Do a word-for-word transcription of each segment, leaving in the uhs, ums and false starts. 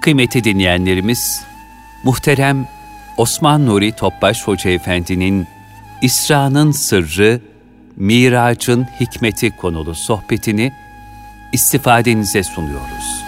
Kıymetli dinleyenlerimiz, muhterem Osman Nuri Topbaş Hoca Efendi'nin İsra'nın Sırrı, Miracın Hikmeti konulu sohbetini istifadenize sunuyoruz.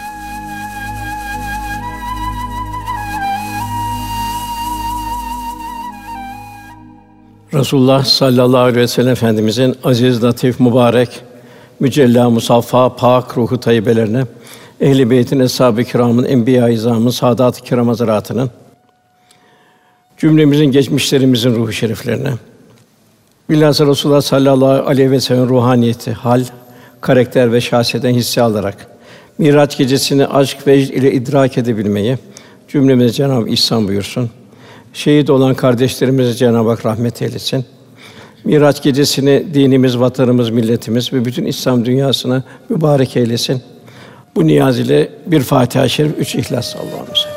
Resulullah sallallahu aleyhi ve sellem Efendimizin aziz, latif, mübarek, mücella, musaffa, pak ruhu tayyibelerine, ehl-i beytin, eshab-ı kirâmın, enbiya-i izâmın, saadat-ı kirâm hazretlerinin, cümlemizin, geçmişlerimizin ruhu şeriflerine, bilhassa Resulullah sallallahu aleyhi ve sellem ruhaniyeti, hal, karakter ve şahsiyeten hisse alarak Miraç gecesini aşk ve vecd ile idrak edebilmeyi cümlemize Cenab-ı ihsan buyursun. Şehit olan kardeşlerimize Cenab-ı Hak rahmet eylesin. Miraç gecesini dinimiz, vatanımız, milletimiz ve bütün İslam dünyasına mübarek eylesin. Bu niyaz ile bir Fatiha-i Şerif, üç İhlas. Allahümme salli.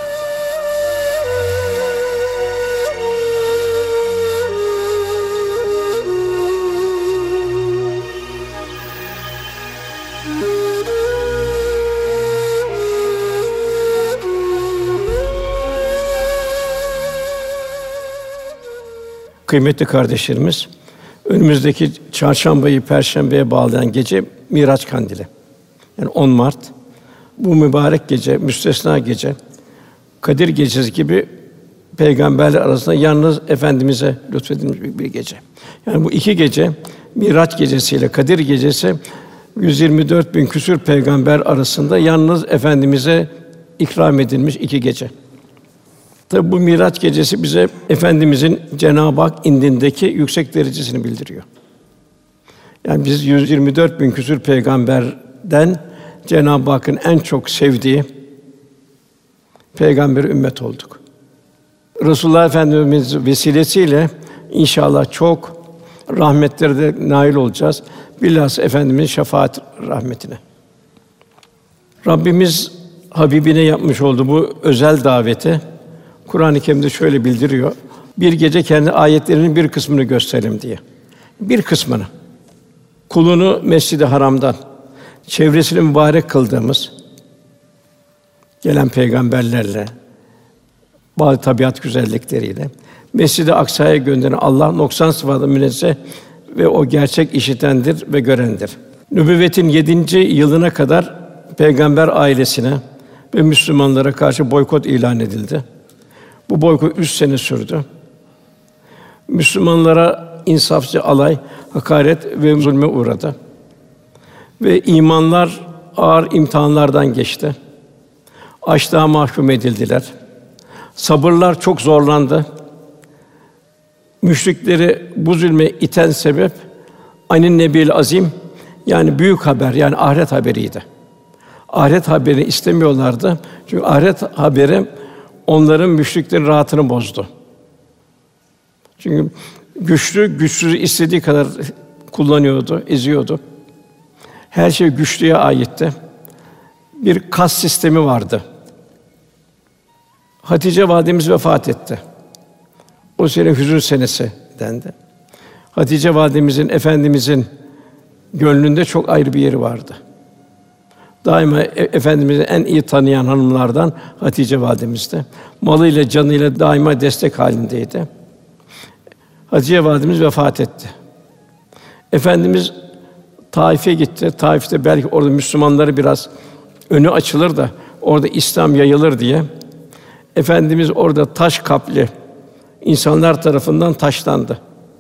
Kıymetli kardeşlerimiz, önümüzdeki çarşambayı perşembeye bağlayan gece Miraç Kandili. Yani on Mart. Bu mübarek gece, müstesna gece, Kadir Gecesi gibi peygamberler arasında yalnız Efendimiz'e lütfedilmiş bir gece. Yani bu iki gece, Miraç Gecesi ile Kadir Gecesi, yüz yirmi dört bin küsur peygamber arasında yalnız Efendimiz'e ikram edilmiş iki gece. Tabi bu Miraç Gecesi bize Efendimizin Cenab-ı Hak indindeki yüksek derecesini bildiriyor. Yani biz yüz yirmi dört bin küsur peygamberden Cenab-ı Hakk'ın en çok sevdiği peygamber ümmet olduk. Resulullah Efendimiz vesilesiyle inşallah çok rahmetlere de nail olacağız. Bilhassa Efendimizin şefaat rahmetine. Rabbimiz Habibine yapmış olduğu bu özel daveti Kur'an-ı Kerim'de şöyle bildiriyor: bir gece kendi ayetlerinin bir kısmını gösterelim diye. Bir kısmını. Kulunu Mescid-i Haram'dan, çevresini mübarek kıldığımız gelen peygamberlerle, bazı tabiat güzellikleriyle Mescid-i Aksa'ya gönderen Allah noksan sıfatı münezzeh ve o gerçek işitendir ve görendir. Nübüvvetin yedinci yılına kadar peygamber ailesine ve Müslümanlara karşı boykot ilan edildi. Bu boykot üç sene sürdü. Müslümanlara insafçı alay, hakaret ve zulme uğradı. Ve imanlar ağır imtihanlardan geçti. Açlığa mahkum edildiler. Sabırlar çok zorlandı. Müşrikleri bu zulme iten sebep anin nebil azim, yani büyük haber, yani ahiret haberiydi. Ahiret haberini istemiyorlardı. Çünkü ahiret haberi onların, müşriklerin rahatını bozdu. Çünkü güçlü güçsüzü istediği kadar kullanıyordu, eziyordu. Her şey güçlüye aitti. Bir kas sistemi vardı. Hatice validemiz vefat etti. O sene hüzün senesi dendi. Hatice validemizin, Efendimizin gönlünde çok ayrı bir yeri vardı. Daima e- Efendimiz'i en iyi tanıyan hanımlardan Hatice validemizdi. Malıyla, canıyla daima destek halindeydi. Hatice validemiz vefat etti. Efendimiz Taif'e gitti. Taif'te belki orada Müslümanları biraz önü açılır da orada İslam yayılır diye Efendimiz orada taş kaplı insanlar tarafından taşlandı.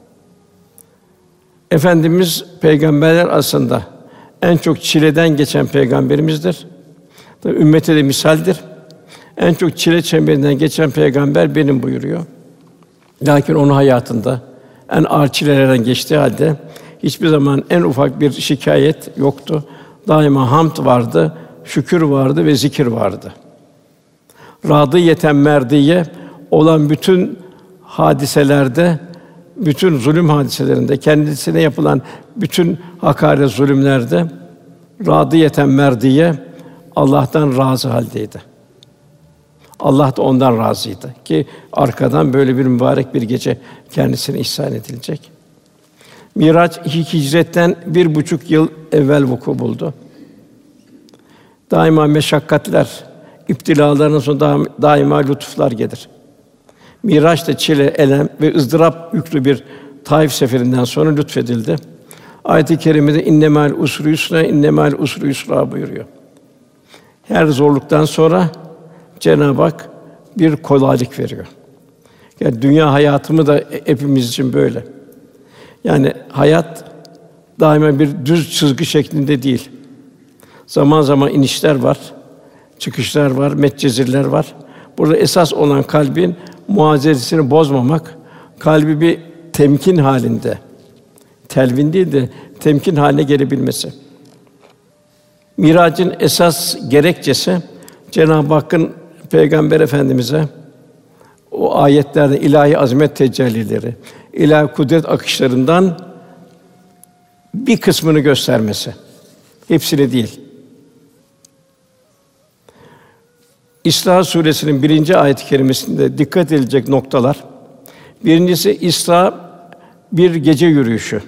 Efendimiz peygamberler arasında en çok çileden geçen peygamberimizdir. Tabii ümmete de misaldir. En çok çile çemberinden geçen peygamber benim buyuruyor. Lakin onun hayatında en ağır çilelerden geçtiği halde hiçbir zaman en ufak bir şikayet yoktu. Daima hamd vardı, şükür vardı ve zikir vardı. Radiyeten merdiye olan bütün hadiselerde, bütün zulüm hadiselerinde, kendisine yapılan bütün hakaret, zulümlerde radiyeten merdiye Allah'tan razı haldeydi. Allah da ondan razıydı ki arkadan böyle bir mübarek bir gece kendisine ihsan edilecek. Miraç hicretten bir buçuk yıl evvel vuku buldu. Daima meşakkatler İptilalardan sonra daim, daima lütuflar gelir. Miraç'ta çile, elem ve ızdırap yüklü bir Taif seferinden sonra lütfedildi. Ayet-i kerimede innemâl usri yusra, innemâl usri yusra buyuruyor. Her zorluktan sonra Cenab-ı Hak bir kolaylık veriyor. Yani dünya hayatımı da hepimiz için böyle. Yani hayat daima bir düz çizgi şeklinde değil. Zaman zaman inişler var, çıkışlar var, metcezirler var. Burada esas olan kalbin muhazezesini bozmamak, kalbi bir temkin halinde, telvin değil de temkin haline gelebilmesi. Miracın esas gerekçesi Cenab-ı Hakk'ın Peygamber Efendimize o ayetlerde ilahi azamet tecellileri, ilahi kudret akışlarından bir kısmını göstermesi. Hepsini değil. İsra suresinin birinci ayet-i kerimesinde dikkat edilecek noktalar. Birincisi İsra bir gece yürüyüşü.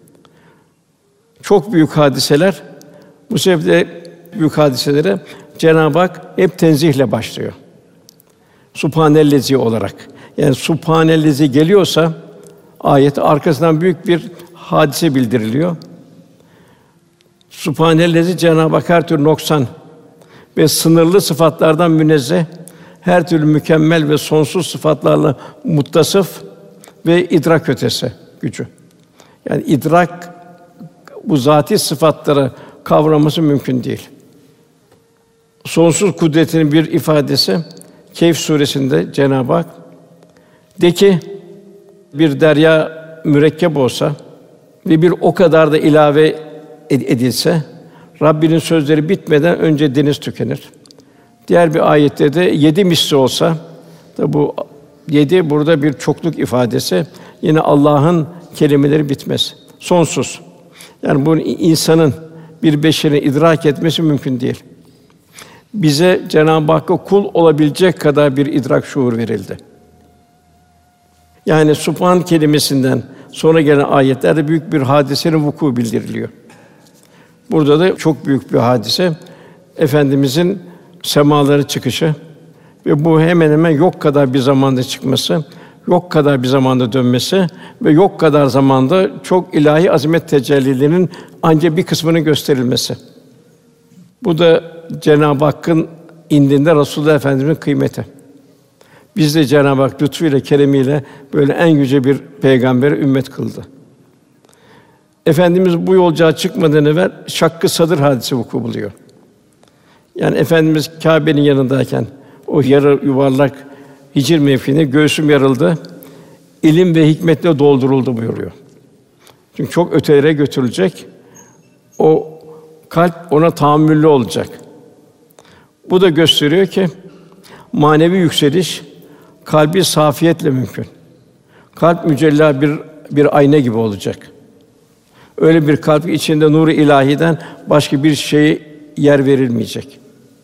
Çok büyük hadiseler. Bu sebeple büyük hadiselere Cenab-ı Hak hep tenzihle başlıyor. Subhanellezi olarak. Yani Subhanellezi geliyorsa ayet arkasından büyük bir hadise bildiriliyor. Subhanellezi Cenab-ı Hak her türlü noksan ve sınırlı sıfatlardan münezzeh, her türlü mükemmel ve sonsuz sıfatlarla muttasıf ve idrak ötesi gücü. Yani idrak bu zâti sıfatları kavraması mümkün değil. Sonsuz kudretinin bir ifadesi Kehf suresinde Cenab-ı Hak de ki bir derya mürekkep olsa ve bir o kadar da ilave edilse Rabbinin sözleri bitmeden önce deniz tükenir. Diğer bir ayette de yedi misli olsa da bu yedi burada bir çokluk ifadesi. Yine Allah'ın kelimeleri bitmez. Sonsuz. Yani bunu insanın bir beşerin idrak etmesi mümkün değil. Bize Cenab-ı Hakk'a kul olabilecek kadar bir idrak şuur verildi. Yani Subhan kelimesinden sonra gelen ayetlerde büyük bir hadisenin vuku bildiriliyor. Burada da çok büyük bir hadise. Efendimizin semalara çıkışı ve bu hemen hemen yok kadar bir zamanda çıkması, yok kadar bir zamanda dönmesi ve yok kadar zamanda çok ilahi azamet tecellilerinin ancak bir kısmının gösterilmesi. Bu da Cenab-ı Hakk'ın indinde Resulullah Efendimiz'in kıymeti. Biz de Cenab-ı Hak lütfuyla, keremiyle böyle en yüce bir peygambere ümmet kıldı. Efendimiz bu yolculuğa çıkmadan evvel şakkı sadır hadisi vuku buluyor. Yani Efendimiz Kâbe'nin yanındayken o yarı yuvarlak Hicr mevkiinde göğsüm yarıldı, ilim ve hikmetle dolduruldu buyuruyor. Çünkü çok ötelere götürülecek. O kalp ona tahammüllü olacak. Bu da gösteriyor ki manevi yükseliş kalbi safiyetle mümkün. Kalp mücella bir bir ayna gibi olacak. Öyle bir kalp içinde nur-u ilahiden başka bir şeye yer verilmeyecek.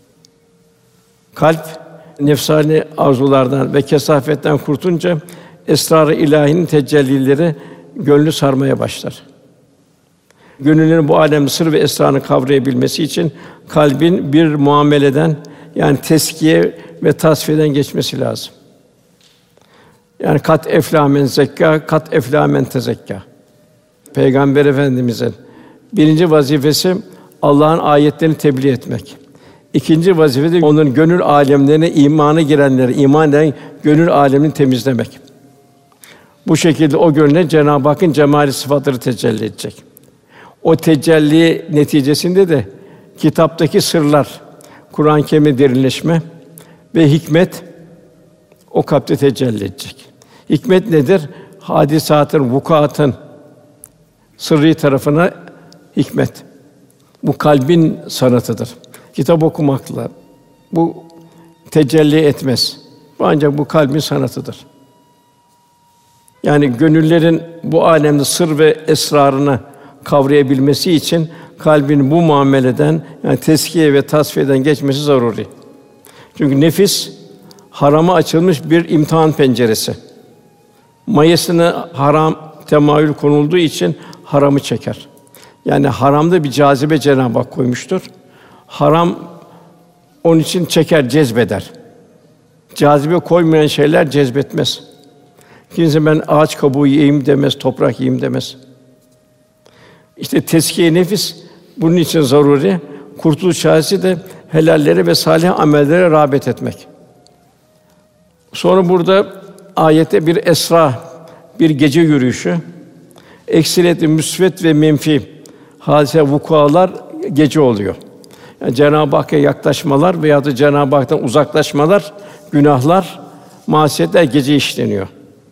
Kalp nefsani arzulardan ve kesafetten kurtulunca esrar-ı ilahinin tecellileri gönlü sarmaya başlar. Gönüllerin bu alem sır ve esrarını kavrayabilmesi için kalbin bir muameleden yani teskiye ve tasfiyeden geçmesi lazım. Yani kat eflâ men zekkâ, kat eflâ men tezekkâ. Peygamber Efendimiz'in birinci vazifesi Allah'ın ayetlerini tebliğ etmek. İkinci vazifesi de onun gönül âlemlerine imana girenleri, iman eden gönül âlemini temizlemek. Bu şekilde o gönlüne Cenab-ı Hakk'ın cemâli sıfatları tecelli edecek. O tecelli neticesinde de kitaptaki sırlar, Kur'an-ı Kerim'e derinleşme ve hikmet o kalpte tecelli edecek. Hikmet nedir? Hadisatın, vukuatın sırrı tarafına hikmet. Bu kalbin sanatıdır. Kitap okumakla bu tecelli etmez. Bu ancak bu kalbin sanatıdır. Yani gönüllerin bu âlemde sır ve esrarını kavrayabilmesi için kalbin bu muameleden yani teskiye ve tasfiyeden geçmesi zaruri. Çünkü nefis harama açılmış bir imtihan penceresi. Mayasına haram temayül konulduğu için haramı çeker. Yani haramda bir cazibe Cenab-ı Hak koymuştur. Haram onun için çeker, cezbeder. Cazibe koymayan şeyler cezbetmez. Kimse ben ağaç kabuğu yiyeyim demez, toprak yiyeyim demez. İşte tezkiye nefis bunun için zaruri. Kurtuluş çaresi de helallere ve salih amellere rağbet etmek. Sonra burada ayette bir esra, bir gece yürüyüşü, eksiliyetli müsbet ve menfi hadise vukualar gece oluyor. Yani Cenab-ı Hakk'a yaklaşmalar veya da Cenab-ı Hak'tan uzaklaşmalar, günahlar, masiyetler gece işleniyor.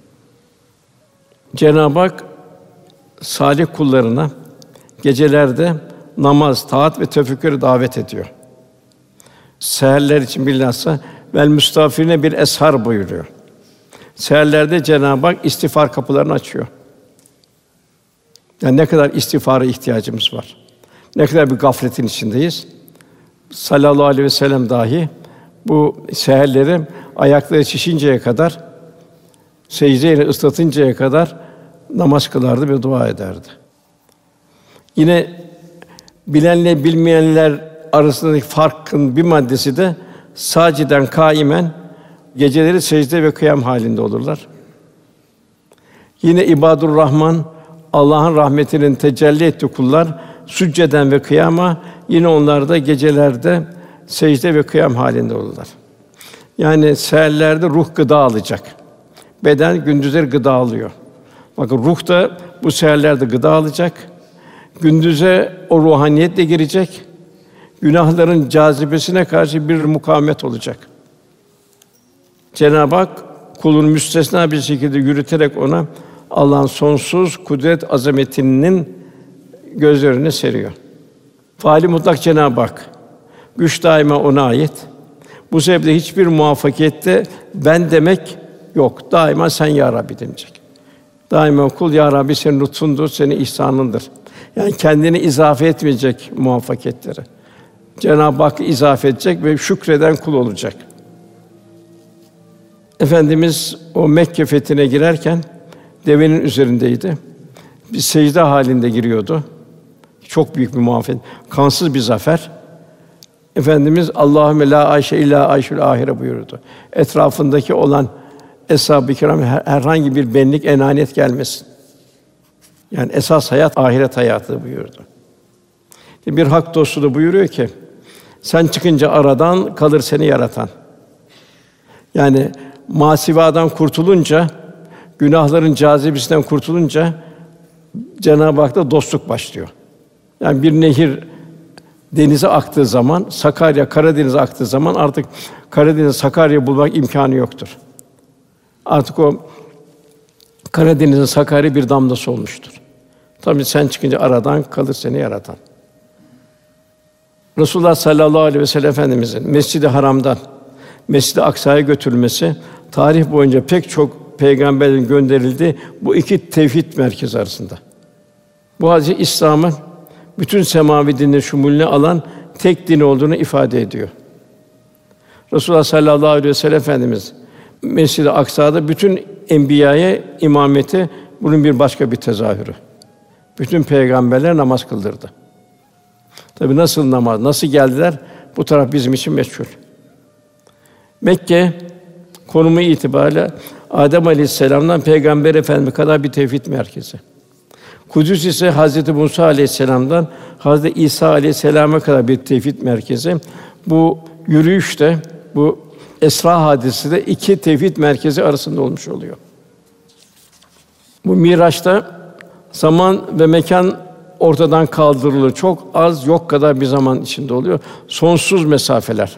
Cenab-ı Hak salih kullarına gecelerde namaz, taat ve tefekküre davet ediyor. Seherler için bilhassa vel müstağfirine bir eshar buyuruyor. Seherlerde Cenab-ı Hak istiğfar kapılarını açıyor. Yani ne kadar istiğfara ihtiyacımız var. Ne kadar bir gafletin içindeyiz. Sallallahu aleyhi ve sellem dahi bu seherleri ayakları şişinceye kadar, secdeyle ıslatıncaya kadar namaz kılardı ve dua ederdi. Yine bilenle bilmeyenler arasındaki farkın bir maddesi de sâciden kâimen geceleri secde ve kıyam halinde olurlar. Yine ibadur Rahman Allah'ın rahmetinin tecelli ettiği kullar sücceden ve kıyama yine onlar da gecelerde secde ve kıyam halinde olurlar. Yani seherlerde ruh gıda alacak. Beden gündüzleri gıda alıyor. Bakın ruh da bu seherlerde gıda alacak. Gündüze o ruhaniyetle girecek. Günahların cazibesine karşı bir mukavemet olacak. Cenab-ı Hak kulunu müstesna bir şekilde yürüterek ona Allah'ın sonsuz kudret azametinin gözlerine seriyor. Faali mutlak Cenab-ı Hak. Güç daima ona ait. Bu sebeple hiçbir muvaffakiyette ben demek yok. Daima sen ya Rabbi denecek. Daima kul ya Rabbi senin lütfundur, senin ihsanındır. Yani kendini izafe etmeyecek muvaffakiyetlere. Cenab-ı Hakk'ı izafe edecek ve şükreden kul olacak. Efendimiz o Mekke fethine girerken devenin üzerindeydi. Bir secde halinde giriyordu. Çok büyük bir muvaffakiyet, kansız bir zafer. Efendimiz Allahümme la ayşe illa ayşul ahire buyurdu. Etrafındaki olan eshab-ı kiram herhangi bir benlik, enaniyet gelmesin. Yani esas hayat ahiret hayatı buyurdu. Bir hak dostu da buyuruyor ki sen çıkınca aradan kalır seni yaratan. Yani masivadan kurtulunca, günahların cazibesinden kurtulunca Cenab-ı Hak'ta dostluk başlıyor. Yani bir nehir denize aktığı zaman, Sakarya Karadeniz'e aktığı zaman artık Karadeniz Sakarya bulmak imkânı yoktur. Artık o Karadeniz'in Sakarya bir damlası olmuştur. Tabii sen çıkınca aradan kalır seni yaratan. Resulullah sallallahu aleyhi ve sellem Efendimizin Mescid-i Haram'dan Mescid-i Aksa'ya götürülmesi tarih boyunca pek çok peygamberin gönderildiği bu iki tevhid merkezi arasında. Bu hadis İslam'ın bütün semavi dinleri şumulüne alan tek din olduğunu ifade ediyor. Resulullah sallallahu aleyhi ve sellem Efendimiz Mescid-i Aksa'da bütün enbiyaya imameti bunun bir başka bir tezahürü. Bütün peygamberler namaz kıldırdı. Tabii nasıl namaz, nasıl geldiler? Bu taraf bizim için meçhul. Mekke konumu itibariyle Adem Aleyhisselam'dan Peygamber Efendimiz kadar bir tevhid merkezi. Kudüs ise Hazreti Musa Aleyhisselam'dan Hazreti İsa Aleyhisselam'a kadar bir tevhid merkezi. Bu yürüyüşte, bu Esra hadisesi de iki tevhid merkezi arasında olmuş oluyor. Bu Miraç'ta zaman ve mekan ortadan kaldırılıyor. Çok az, yok kadar bir zaman içinde oluyor. Sonsuz mesafeler.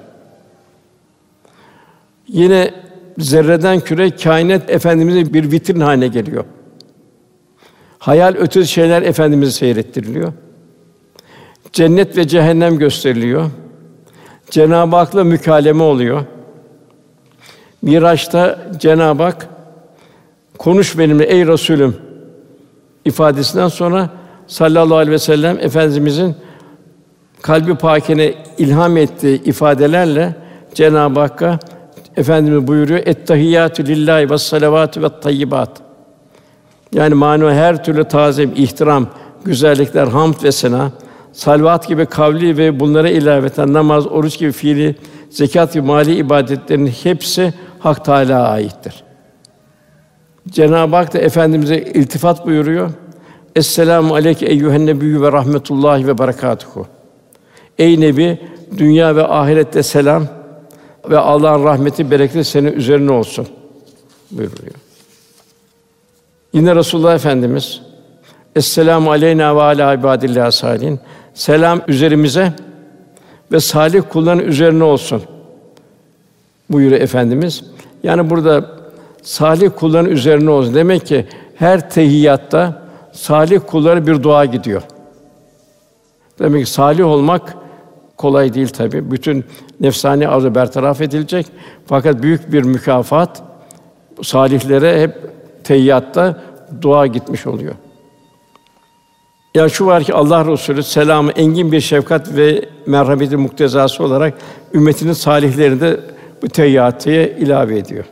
Yine zerreden küre kainat Efendimiz'e bir vitrin haline geliyor. Hayal ötesi şeyler Efendimiz'e seyrettiriliyor. Cennet ve cehennem gösteriliyor. Cenab-ı Hak'la mükâleme oluyor. Miraç'ta Cenab-ı Hak konuş benimle ey Resulüm ifadesinden sonra sallallahu aleyhi ve sellem Efendimizin kalbi pâkine ilham ettiği ifadelerle Cenab-ı Hakk'a Efendimiz buyuruyor Ettehiyyatü lillahi ve's salavatü ve't tayyibat. Yani manevi her türlü tazim, ihtiram, güzellikler, hamd ve sena, salvat gibi kavli ve bunlara ilaveten namaz, oruç gibi fiili zekat ve mali ibadetlerin hepsi Hak Teâlâ'ya aittir. Cenab-ı Hak da Efendimiz'e iltifat buyuruyor. Esselamu aleyke eyyühen nebiyyü ve rahmetullahi ve berekâtuhu. Ey Nebi, dünya ve ahirette selam ve Allah'ın rahmeti, bereketi senin üzerine olsun buyuruyor. Yine Resulullah Efendimiz Esselamu aleyna ve alâ ibâdillâhi sâlihin. Selam üzerimize ve salih kulların üzerine olsun buyuruyor Efendimiz. Yani burada salih kulların üzerine olsun. Demek ki her tehiyyatta salih kullara bir dua gidiyor. Demek ki salih olmak kolay değil tabii. Bütün nefsani arzu bertaraf edilecek. Fakat büyük bir mükafat salihlere hep tehiyyatta dua gitmiş oluyor. Ya şu var ki Allah Resulü selamı engin bir şefkat ve merhameti muktezası olarak ümmetinin salihlerini de bu tehiyyatı ilave ediyor.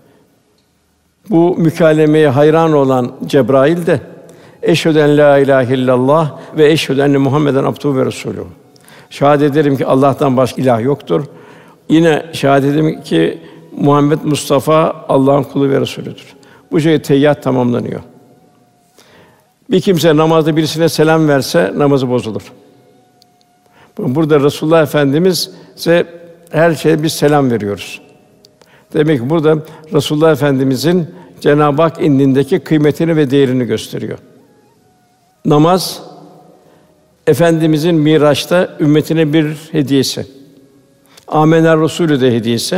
Bu mükalemeye hayran olan Cebrail de eşhedü en la ilahe illallah ve eşhedü enne Muhammeden abduhu ve resûlûhü. Şahit ederim ki Allah'tan başka ilah yoktur. Yine şahit ederim ki Muhammed Mustafa Allah'ın kulu ve resulüdür. Bu şekilde tehiyyat tamamlanıyor. Bir kimse namazda birisine selam verse namazı bozulur. Burada Resulullah Efendimiz'e her şeye biz selam veriyoruz. Demek ki burada Resulullah Efendimiz'in Cenab-ı Hak indindeki kıymetini ve değerini gösteriyor. Namaz Efendimiz'in Miraç'ta ümmetine bir hediyesi. Âmenâ Resulü de hediyesi.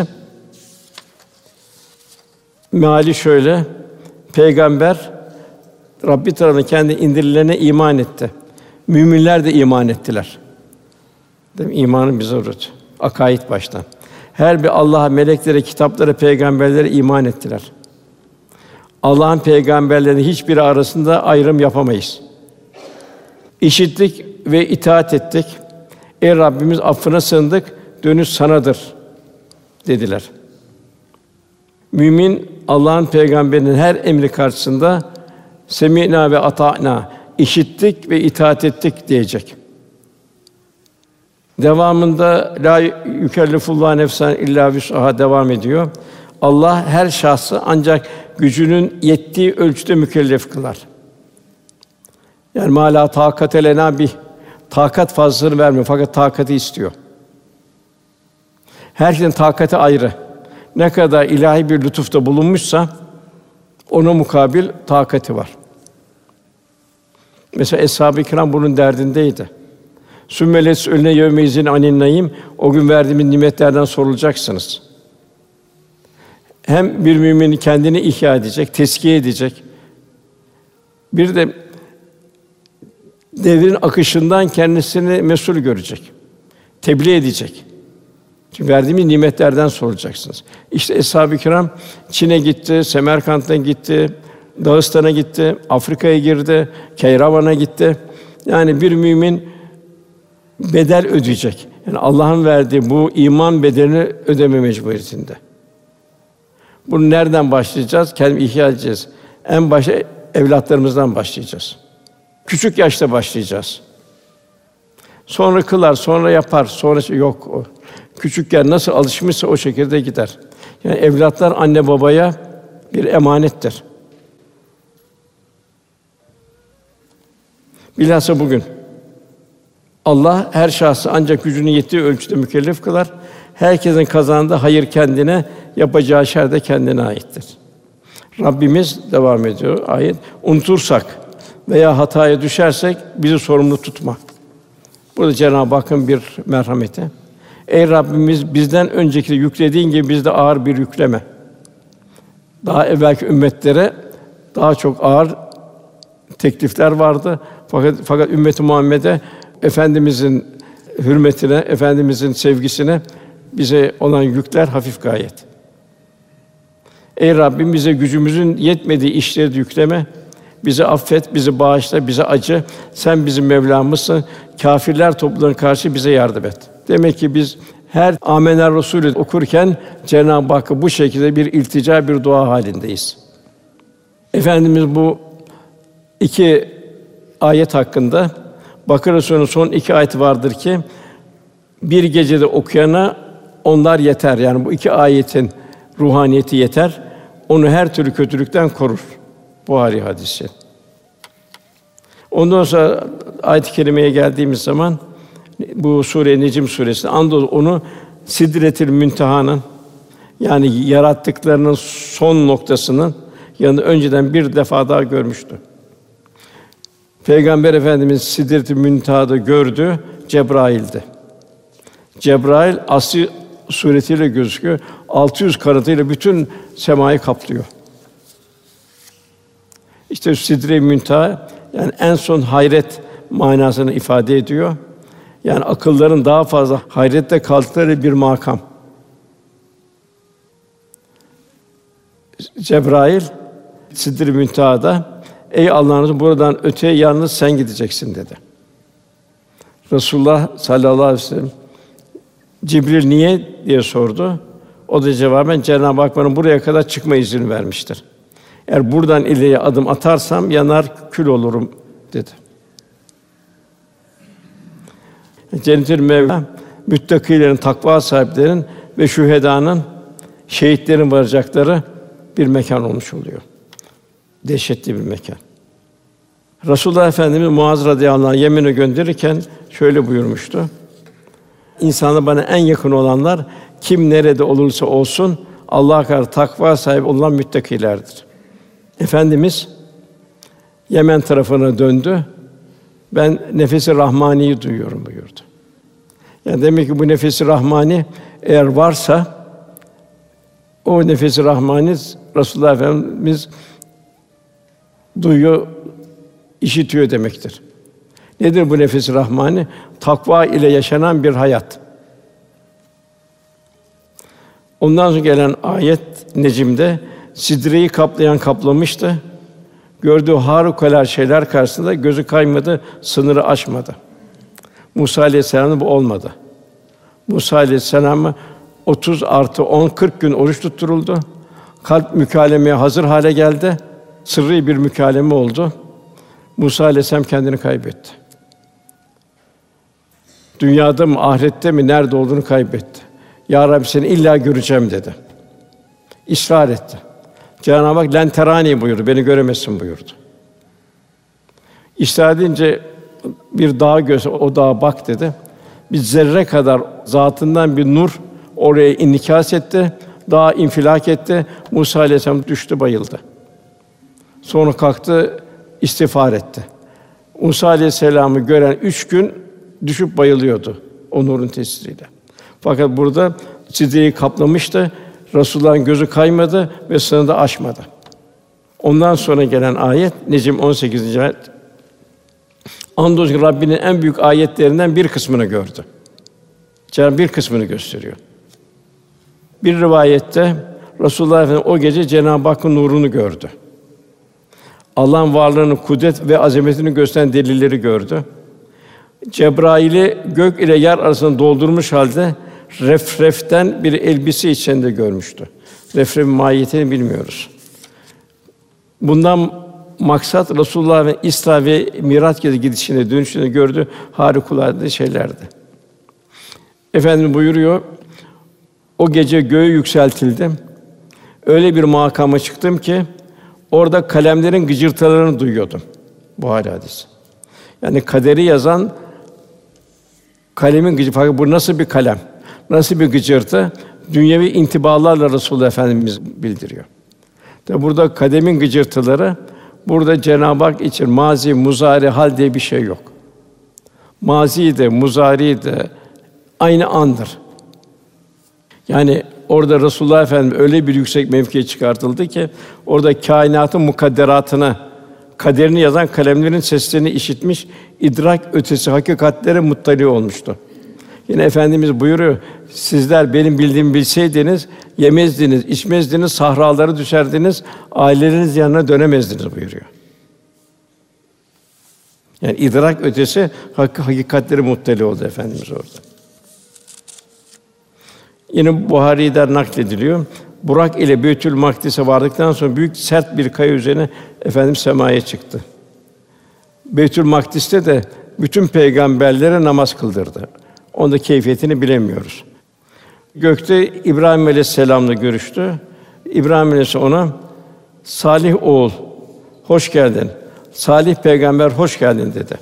Meali şöyle: Peygamber Rabbi tarafından kendi indirilene iman etti. Müminler de iman ettiler. Değil mi? İmanın bir zarureti. Akaid baştan. Her bir Allah'a, meleklere, kitaplara, peygamberlere iman ettiler. Allah'ın peygamberlerinin hiçbiri arasında ayrım yapamayız. İşittik ve itaat ettik. Ey Rabbimiz, affına sığındık, dönüş sanadır dediler. Mümin Allah'ın peygamberinin her emri karşısında semînâ ve ata'nâ, işittik ve itaat ettik diyecek. Devamında la yükellifullahu nefsen illâ vus'aha devam ediyor. Allah her şahsı ancak gücünün yettiği ölçüde mükellef kılar. Yani mâ lâ tâkate lenâ bih, takat fazlasını vermiyor fakat takati istiyor. Herkesin takati ayrı. Ne kadar ilahi bir lütufta bulunmuşsa ona mukabil takati var. Mesela Eshab-ı Kiram bunun derdindeydi. Sümmeles ölüne yevmeyizin anin naim, o gün verdiğimiz nimetlerden sorulacaksınız. Hem bir mümin kendini ihya edecek, tezkiye edecek. Bir de devrin akışından kendisini mesul görecek. Tebliğ edecek. Çünkü verdiğimiz nimetlerden sorulacaksınız. İşte Eshab-ı Kiram Çin'e gitti, Semerkant'a gitti, Dağıstan'a gitti, Afrika'ya girdi, Keyravan'a gitti. Yani bir mümin bedel ödeyecek. Yani Allah'ın verdiği bu iman bedelini ödeme mecburiyetinde. Bunu nereden başlayacağız? Kendimizi ihya edeceğiz. En başta evlatlarımızdan başlayacağız. Küçük yaşta başlayacağız. Sonra kılar, sonra yapar, sonra yok o. Küçükken nasıl alışmışsa o şekilde gider. Yani evlatlar anne babaya bir emanettir. Bilhassa bugün Allah her şahsı ancak gücünün yettiği ölçüde mükellef kılar. Herkesin kazandığı hayır kendine, yapacağı şer de kendine aittir. Rabbimiz devam ediyor ayet. Unutursak veya hataya düşersek bizi sorumlu tutma. Burada Cenab-ı Hakk'ın bir merhameti. Ey Rabbimiz, bizden önceki yüklediğin gibi bizde ağır bir yükleme. Daha evvelki ümmetlere daha çok ağır teklifler vardı. Fakat fakat ümmeti Muhammed'e Efendimizin hürmetine, Efendimizin sevgisine bize olan yükler hafif gayet. Ey Rabbim, bize gücümüzün yetmediği işleri yükleme. Bizi affet, bizi bağışla, bize acı. Sen bizim Mevlamızsın. Kâfirler topluluğuna karşı bize yardım et. Demek ki biz her Âmenâ Resulü okurken Cenab-ı Hakk'a bu şekilde bir iltica, bir dua halindeyiz. Efendimiz bu iki ayet hakkında Bakara Suresi'nin son iki ayeti vardır ki bir gecede okuyana onlar yeter. Yani bu iki ayetin ruhaniyeti yeter. Onu her türlü kötülükten korur. Buhari hadisi. Ondan sonra ayet-i kerimeye geldiğimiz zaman bu sure Necm suresi andolsun onu Sidretül Münteha'nın yani yarattıklarının son noktasının yanında önceden bir defa daha görmüştü. Peygamber Efendimiz Sidretül Münteha'da gördü Cebrail'di. Cebrail aslı suretiyle gözüküyor. altı yüz kanadıyla bütün semayı kaplıyor. İşte Sidre-i Münteha yani en son hayret manasını ifade ediyor. Yani akılların daha fazla hayrette kaldıkları bir makam. Cebrail Sidre-i Münteha'da ey Allah'ın buradan öteye yalnız sen gideceksin dedi. Resulullah sallallahu aleyhi ve sellem Cibril niye diye sordu. O da cevaben Cenab-ı Hak bana buraya kadar çıkma izni vermiştir. Eğer buradan ileriye adım atarsam yanar kül olurum dedi. Cennet-ül Mevla müttakilerin, takva sahiplerinin ve şühedanın, şehitlerin varacakları bir mekan olmuş oluyor. Dehşetli bir mekan. Resulullah Efendimiz Muaz radıyallahu anh Yemen'e gönderirken şöyle buyurmuştu. İnsana bana en yakın olanlar kim nerede olursa olsun Allah'a karşı takva sahibi olan müttakilerdir. Efendimiz Yemen tarafına döndü. Ben nefesi rahmaniyi duyuyorum buyurdu. Yani demek ki bu nefesi rahmani eğer varsa o nefesi rahmani Resulullah Efendimiz duyuyor, işitiyor demektir. Nedir bu nefesi rahmani? Takva ile yaşanan bir hayat. Ondan sonra gelen ayet Necm'de sidreyi kaplayan kaplamıştı. Gördüğü harikulade şeyler karşısında gözü kaymadı, sınırı aşmadı. Musa aleyhisselam'da bu olmadı. Musa aleyhisselam'a otuz artı on, kırk gün oruç tutturuldu. Kalp mükalemeye hazır hale geldi. Sırrı bir mükaleme oldu. Musa aleyhisselam kendini kaybetti. Dünyada mı, ahirette mi, nerede olduğunu kaybetti. Ya Rabbi seni illa göreceğim dedi. İsrar etti. Cenab-ı Hak "Len terani" buyurdu. Beni göremezsin buyurdu. İsrar edince bir dağa göster, o dağa bak dedi. Bir zerre kadar zatından bir nur oraya inikas etti. Dağ infilak etti. Musa aleyhisselam düştü, bayıldı. Sonra kalktı, istiğfar etti. Musa aleyhisselam'ı gören üç gün düşüp bayılıyordu o nurun tesiriyle. Fakat burada sidreyi kaplamıştı. Resulullah'ın gözü kaymadı ve sınırı da aşmadı. Ondan sonra gelen ayet Necm on sekizinci ayet. Andolsun Rabbinin en büyük ayetlerinden bir kısmını gördü. Cenab-ı bir kısmını gösteriyor. Bir rivayette Resulullah Efendimiz o gece Cenab-ı Hakk'ın nurunu gördü. Allah'ın varlığını, kudret ve azametini gösteren delilleri gördü. Cebrail'i gök ile yer arasında doldurmuş halde refreften bir elbise içinde görmüştü. Refrefin mahiyetini bilmiyoruz. Bundan maksat Resulullah ve İsra ve Miraç gidişinde, dönüşünde gördüğü harikulade şeylerdi. Efendimiz buyuruyor, o gece göğe yükseltildim. Öyle bir makama çıktım ki orada kalemlerin gıcırtılarını duyuyordum. Buhari hadisi. Yani kaderi yazan kalemin gıcırtısı. Bu nasıl bir kalem? Nasıl bir gıcırtı? Dünyevi intibalarla Resulullah Efendimiz bildiriyor. Tabi burada kademin gıcırtıları, burada Cenab-ı Hak için mazi, muzari, hal diye bir şey yok. Mazi de, muzari de aynı andır. Yani orada Resulullah Efendimiz öyle bir yüksek mevkiye çıkartıldı ki orada kainatın mukadderatını, kaderini yazan kalemlerin seslerini işitmiş, idrak ötesi hakikatlere muttali olmuştu. Yine Efendimiz buyuruyor, sizler benim bildiğimi bilseydiniz, yemezdiniz, içmezdiniz, sahralara düşerdiniz, aileleriniz yanına dönemezdiniz buyuruyor. Yani idrak ötesi hak hakikatleri muttali oldu Efendimiz orada. Yine Buhari'den naklediliyor. Burak ile Beytül Makdis'e vardıktan sonra büyük sert bir kaya üzerine Efendimiz semaya çıktı. Beytül Makdis'te de bütün peygamberlere namaz kıldırdı. Onun da keyfiyetini bilemiyoruz. Gökte İbrahim Aleyhisselam'la görüştü. İbrahim Aleyhisselam ona "Salih oğul, hoş geldin. Salih peygamber, hoş geldin." dedi.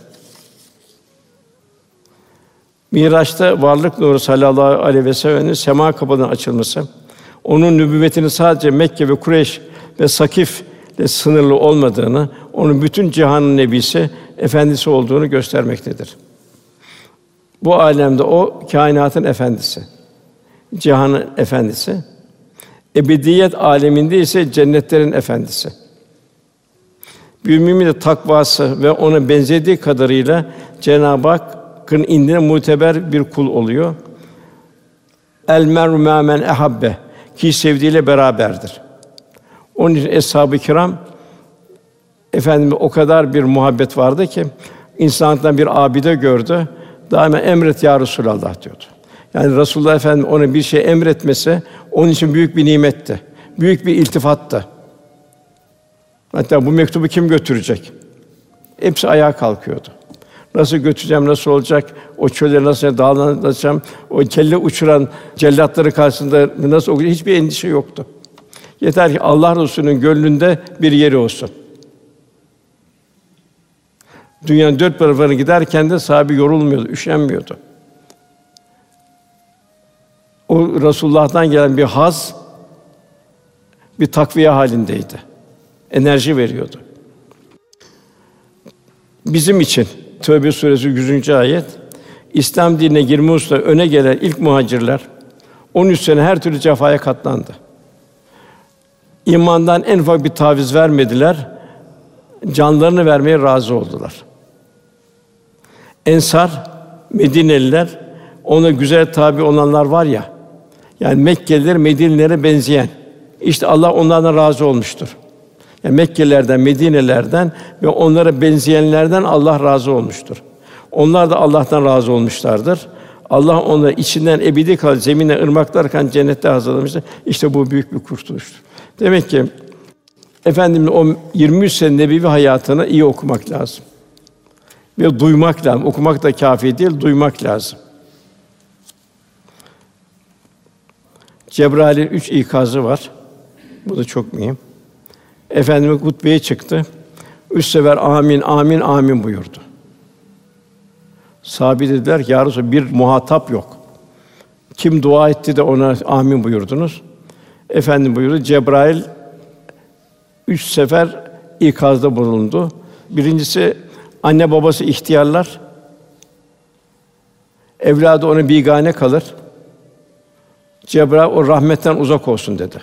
Miraç'ta varlık nuru sallallahu aleyhi ve sellem'in sema kapılarının açılması, onun nübüvvetinin sadece Mekke ve Kureyş ve Sakif ile sınırlı olmadığını, onun bütün cihanın nebisi, efendisi olduğunu göstermektedir. Bu âlemde o kainatın efendisi, cihanın efendisi, ebediyet âleminde ise cennetlerin efendisi. Bir mümin de takvası ve ona benzediği kadarıyla Cenab-ı Hakk'ın indine muteber bir kul oluyor. El mer'u mâ men ehabbe, ki sevdiğiyle beraberdir. Onun için eshab-ı kiram Efendimiz o kadar bir muhabbet vardı ki insanlıktan bir abide gördü. Daima emret ya Resulallah diyordu. Yani Resulullah Efendimiz ona bir şey emretmesi onun için büyük bir nimetti. Büyük bir iltifattı. Hatta bu mektubu kim götürecek? Hepsi ayağa kalkıyordu. Nasıl götüreceğim, nasıl olacak? O çölleri nasıl dağlanacağım? O kelle uçuran cellatları karşısında nasıl olacak? Hiçbir endişe yoktu. Yeter ki Allah Resulü'nün gönlünde bir yeri olsun. Dünyanın dört tarafına giderken de sahabe yorulmuyordu, üşenmiyordu. O Resulullah'tan gelen bir haz, bir takviye halindeydi. Enerji veriyordu. Bizim için Tövbe suresi yüzüncü ayet, İslam dinine girme hususunda öne gelen ilk muhacirler on üç sene her türlü cefaya katlandı. İmandan en ufak bir taviz vermediler. Canlarını vermeye razı oldular. Ensar, Medineliler, ona güzel tabi olanlar var ya, yani Mekkeliler Medinelilere benzeyen. İşte Allah onlardan razı olmuştur. Yani Mekkelilerden, Medinelerden ve onlara benzeyenlerden Allah razı olmuştur. Onlar da Allah'tan razı olmuşlardır. Allah onları içinden ebedi kal zeminle ırmaklar akan cennette hazırlamıştır. İşte bu büyük bir kurtuluştur. Demek ki Efendimiz'in o yirmi üç sene nebevi hayatını iyi okumak lazım. Ve duymak lazım. Okumak da kâfi değil, duymak lazım. Cebrail'in üç ikazı var. Bu da çok mühim. Efendimiz hutbeye çıktı. Üç sefer amin, amin, amin buyurdu. Sahabe dediler ki, ya Resulallah, bir muhatap yok. Kim dua etti de ona amin buyurdunuz? Efendim buyurdu, Cebrail üç sefer ikazda bulundu. Birincisi, anne babası ihtiyarlar. Evladı ona bigane kalır. Cebrail o rahmetten uzak olsun dedi.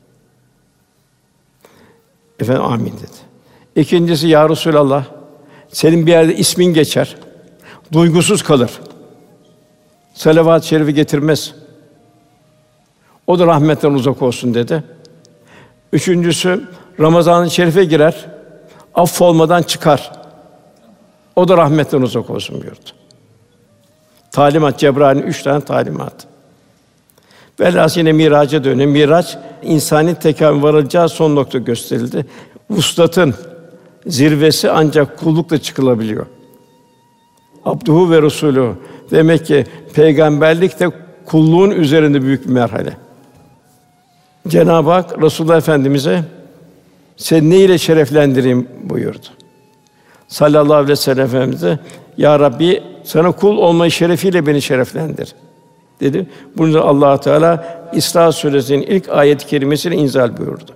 Efendim amin dedi. İkincisi, ya Resulallah, senin bir yerde ismin geçer, duygusuz kalır. Salavat-ı şerifi getirmez. O da rahmetten uzak olsun dedi. Üçüncüsü, Ramazan-ı Şerif'e girer, affolmadan çıkar. O da rahmetten uzak olsun buyurdu. Talimat, Cebrail'in üç tane talimatı. Velhâsıl yine miraca dönüyor. Miraç, insani tekamül varılacağı son nokta gösterildi. Vuslatın zirvesi ancak kullukla çıkılabiliyor. Abduhu ve Resulü. Demek ki peygamberlik de kulluğun üzerinde büyük bir merhale. Cenab-ı Hak Resulullah Efendimize "Seni ne ile şereflendireyim?" buyurdu. Sallallahu aleyhi ve sellem Efendimize, "Ya Rabbi, sana kul olmayı şerefiyle beni şereflendir." dedi. Bunu da Allah Teala İsra suresinin ilk ayet-i kerimesini inzal buyurdu.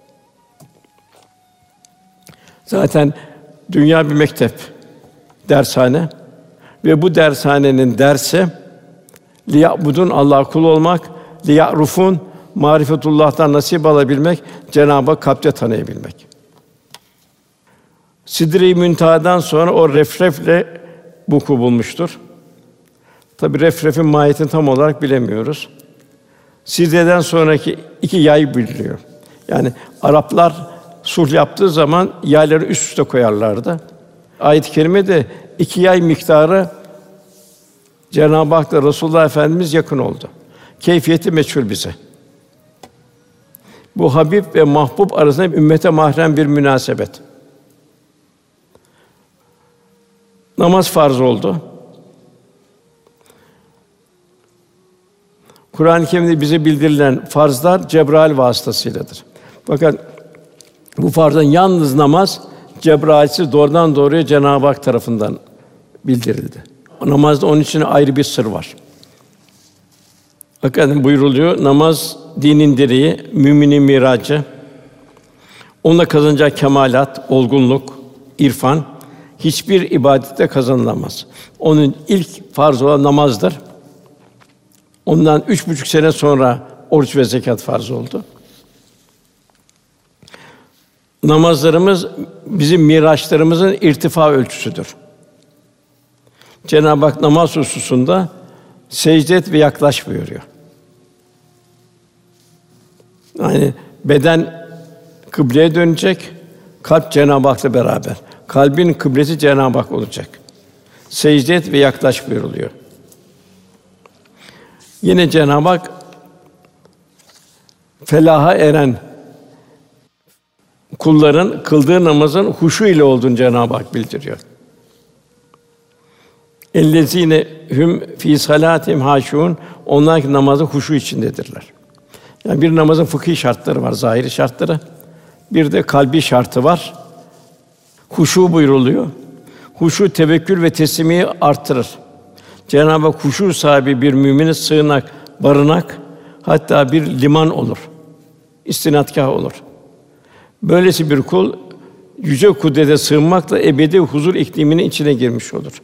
Zaten dünya bir mektep, dershane ve bu dershanenin dersi liya'budun, Allah'a kul olmak, liya'rufun, marifetullah'tan nasip alabilmek, Cenab-ı Hak kalpte tanıyabilmek. Sidre-i Münteha'dan sonra o refrefle vuku bulmuştur. Tabi refrefin mahiyetini tam olarak bilemiyoruz. Sidre'den sonraki iki yay biliniyor. Yani Araplar sulh yaptığı zaman yayları üst üste koyarlardı. Ayet-i kerimede iki yay miktarı Cenab-ı Hak'la Resulullah Efendimiz yakın oldu. Keyfiyeti meçhul bize. Bu Habib ve Mahbub arasında ümmete mahrem bir münasebet. Namaz farz oldu. Kur'an-ı Kerim'de bize bildirilen farzlar Cebrail vasıtasıyladır. Fakat bu farzın yalnız namaz Cebrail'siz doğrudan doğruya Cenab-ı Hak tarafından bildirildi. O namazda onun için ayrı bir sır var. Hakikaten buyuruluyor, namaz dinin direği, müminin miracı. Onunla kazanacağı kemalat, olgunluk, irfan hiçbir ibadette kazanılamaz. Onun ilk farz olan namazdır. Ondan üç buçuk sene sonra oruç ve zekat farz oldu. Namazlarımız bizim miraçlarımızın irtifa ölçüsüdür. Cenab-ı Hak namaz hususunda secde et ve yaklaş buyuruyor. Yani beden kıbleye dönecek, kalp Cenab-ı Hak'la beraber. Kalbin kıblesi Cenab-ı Hak olacak. Secde et ve yaklaş buyuruluyor. Yine Cenab-ı Hak felaha eren kulların kıldığı namazın huşu ile olduğunu Cenab-ı Hak bildiriyor. Ellezîne hum fî salâtihim hâşiûn. Onlar ki namazın huşu içindedirler. Yani bir namazın fıkhi şartları var, zahiri şartları. Bir de kalbi şartı var. Huşu buyruluyor. Huşu tevekkül ve teslimiyi artırır. Cenab-ı Hak huşu sahibi bir mümine sığınak, barınak, hatta bir liman olur. İstinadgâh olur. Böylesi bir kul yüce kudrete sığınmakla ebedi huzur ikliminin içine girmiş olur.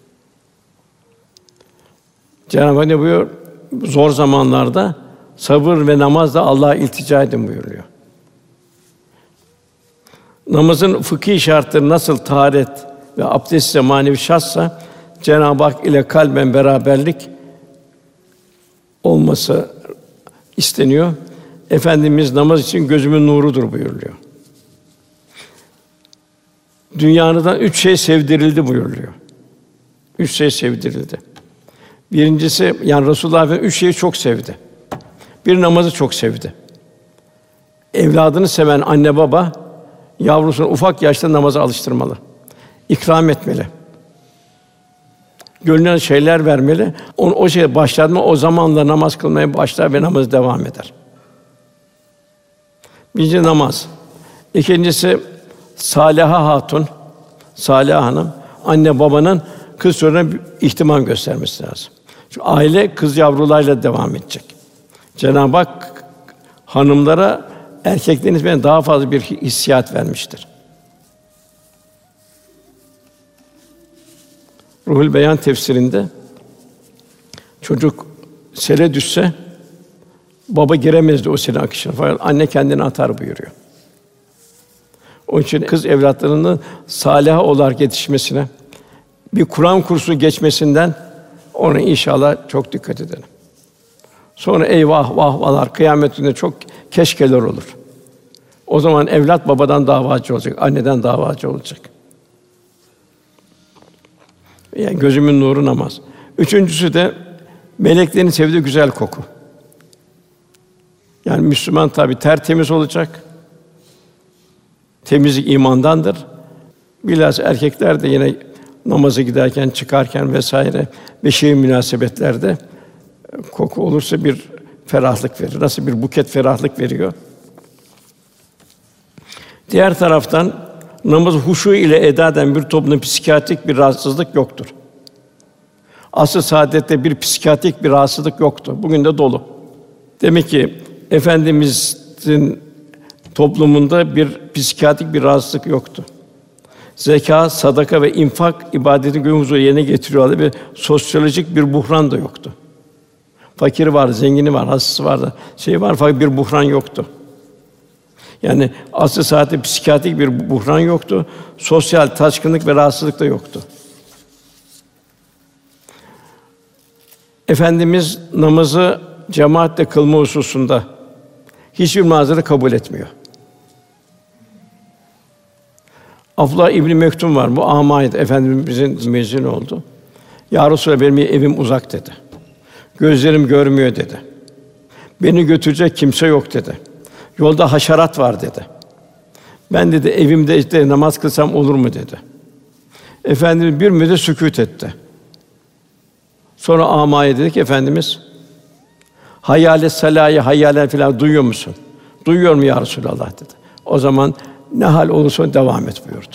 Cenab-ı Hak ne buyuruyor? Zor zamanlarda sabır ve namazla Allah'a iltica edin buyuruyor. Namazın fıkhi şartları nasıl taharet ve abdest ise manevi şartsa Cenab-ı Hak ile kalben beraberlik olması isteniyor. Efendimiz namaz için gözümün nurudur buyuruluyor. Dünyadan üç şey sevdirildi buyuruluyor. Üç şey sevdirildi. Birincisi, yani Resulullah Efendimiz üç şeyi çok sevdi. Bir, namazı çok sevdi. Evladını seven anne baba yavrusunu ufak yaşta namaza alıştırmalı. İkram etmeli. Gönlüne şeyler vermeli. Onu o şeye başladı mı o zamanla namaz kılmaya başlar ve namaz devam eder. Birinci namaz. İkincisi Saliha Hatun, Saliha Hanım, anne babanın kız çocuğuna ihtimam göstermesi lazım. Çünkü aile kız yavrularıyla devam edecek. Cenab-ı Hak hanımlara erkeklerin nispetle daha fazla bir hissiyat vermiştir. Ruhul Beyan tefsirinde çocuk sele düşse baba giremezdi o selin akışına. Fakat anne kendini atar buyuruyor. Onun için kız evlatlarının sâliha olarak yetişmesine, bir Kur'an kursu geçmesinden ona inşallah çok dikkat edelim. Sonra eyvah vahvalar, kıyamet gününde çok keşkeler olur. O zaman evlat babadan davacı olacak, anneden davacı olacak. Yani gözümün nuru namaz. Üçüncüsü de meleklerin sevdiği güzel koku. Yani Müslüman tabi tertemiz olacak. Temizlik imandandır. Bilhassa erkekler de yine namaza giderken, çıkarken vesaire beşeri münasebetlerde koku olursa bir ferahlık verir. Nasıl bir buket ferahlık veriyor. Diğer taraftan namazı huşu ile eda eden bir toplumda psikiyatrik bir rahatsızlık yoktur. Asr-ı saadette bir psikiyatrik bir rahatsızlık yoktu. Bugün de dolu. Demek ki Efendimiz'in toplumunda bir psikiyatrik bir rahatsızlık yoktu. Zekâ, sadaka ve infak ibadetin gönül huzuru yerine getiriyorlardı ve sosyolojik bir buhran da yoktu. Fakiri vardı, zengini var, hastası vardı, şey var fakat bir buhran yoktu. Yani asr-ı saadette psikiyatrik bir buhran yoktu. Sosyal taşkınlık ve rahatsızlık da yoktu. Efendimiz namazı cemaatle kılma hususunda hiçbir mazeret kabul etmiyor. Abdullah İbn Mektum var. Bu âmaydı. Efendimizin müezzini oldu. Ya Resulallah benim evim uzak dedi. Gözlerim görmüyor dedi. Beni götürecek kimse yok dedi. Yolda haşerat var dedi. Ben dedi evimde işte namaz kılsam olur mu dedi. Efendimiz bir müddet sükût etti. Sonra âmaya dedi ki Efendimiz Hayyâle selâye, hayyâle filan duyuyor musun? Duyuyorum ya Resulallah dedi. O zaman ne hal olursa devam et buyurdu.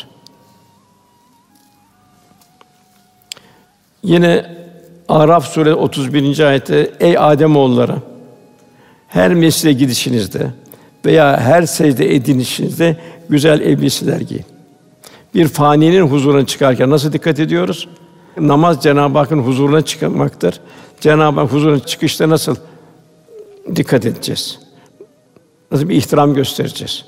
Yine Araf Sûresi otuz birinci ayette ey Âdemoğulları her mescide gidişinizde veya her secde edinişinizde güzel elbiseler giyin. Bir faninin huzuruna çıkarken nasıl dikkat ediyoruz? Namaz Cenab-ı Hakk'ın huzuruna çıkmaktır. Cenab-ı Hak huzuruna çıkışta nasıl dikkat edeceğiz? Nasıl bir ihtiram göstereceğiz?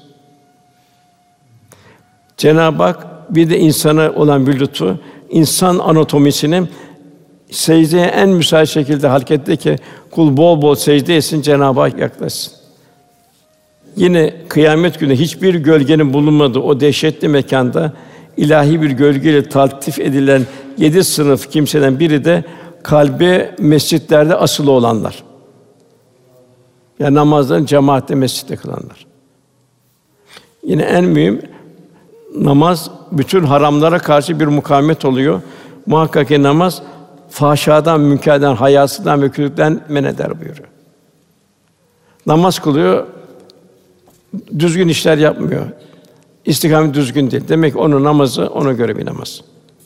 Cenab-ı Hak bir de insana olan bir lütfu, insan anatomisini secdeye en müsait şekilde halk etti ki kul bol bol secde etsin, Cenab-ı Hak yaklaşsın. Yine kıyamet günü hiçbir gölgenin bulunmadığı o dehşetli mekanda ilahi bir gölgeyle taltif edilen yedi sınıf kimseden biri de kalbi mescitlerde asılı olanlar. Yani namazlarını cemaatle mescitte kılanlar. Yine en mühim namaz bütün haramlara karşı bir mukavemet oluyor. Muhakkak ki namaz fahşadan, münkerden, hayasından ve kötülükten men eder buyuruyor. Namaz kılıyor, düzgün işler yapmıyor. İstikamet düzgün değil. Demek ki onun namazı ona göre bir namaz.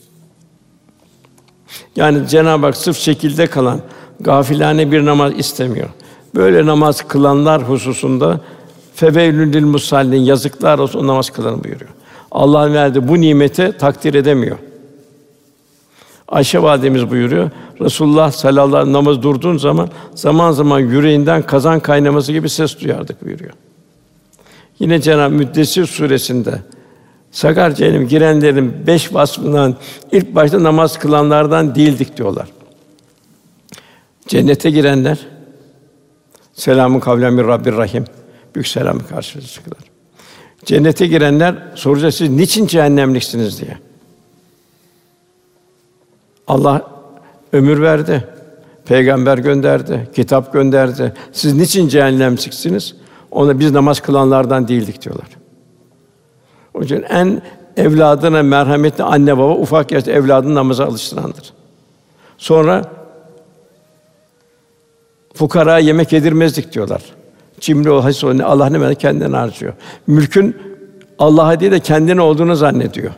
Yani Cenab-ı Hak sırf şekilde kalan, gafilane bir namaz istemiyor. Böyle namaz kılanlar hususunda feveylül lil musallin, yazıklar olsun o namaz kılanı buyuruyor. Allah'ın verdiği bu nimeti takdir edemiyor. Ayşe validemiz buyuruyor. Resulullah sallallahu aleyhi ve sellem namaz durduğun zaman zaman zaman yüreğinden kazan kaynaması gibi ses duyardık buyuruyor. Yine Cenab-ı Müddessir suresinde sakar cehennem girenlerin beş vasfından ilk başta namaz kılanlardan değildik diyorlar. Cennete girenler selamun kavlen min Rabbir Rahim büyük selamı karşılayacaklar. Cennete girenler soracak siz niçin cehennemliksiniz diye. Allah ömür verdi, peygamber gönderdi, kitap gönderdi. Siz niçin cehennemliksiniz? Ona biz namaz kılanlardan değildik diyorlar. O yüzden en evladına merhametli anne baba ufak yaşta evladını namaza alıştırandır. Sonra fukara yemek yedirmezdik diyorlar. Cimri ol, hasis ol, Allah ne verdi kendinden harcıyor. Mülkün Allah'a değil de kendine olduğunu zannediyor.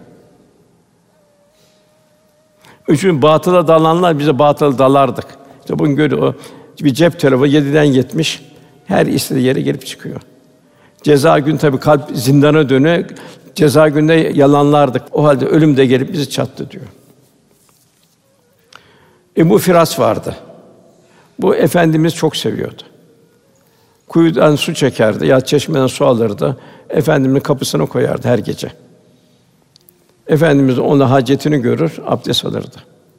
Üçün batıla dalanlar bize batıla dalardık. İşte bugün görüyor o bir cep telefonu yediden yetmiş her istediği yere gelip çıkıyor. Ceza gün tabii kalp zindana dönüyor. Ceza günde yalanlardık. O halde ölüm de gelip bizi çattı diyor. Ebu Firas vardı. Bu efendimiz çok seviyordu. Kuyudan su çekerdi, ya çeşmeden su alırdı. Efendimizin kapısına koyardı her gece. Efendimiz ona hacetini görür, abdest alırdı.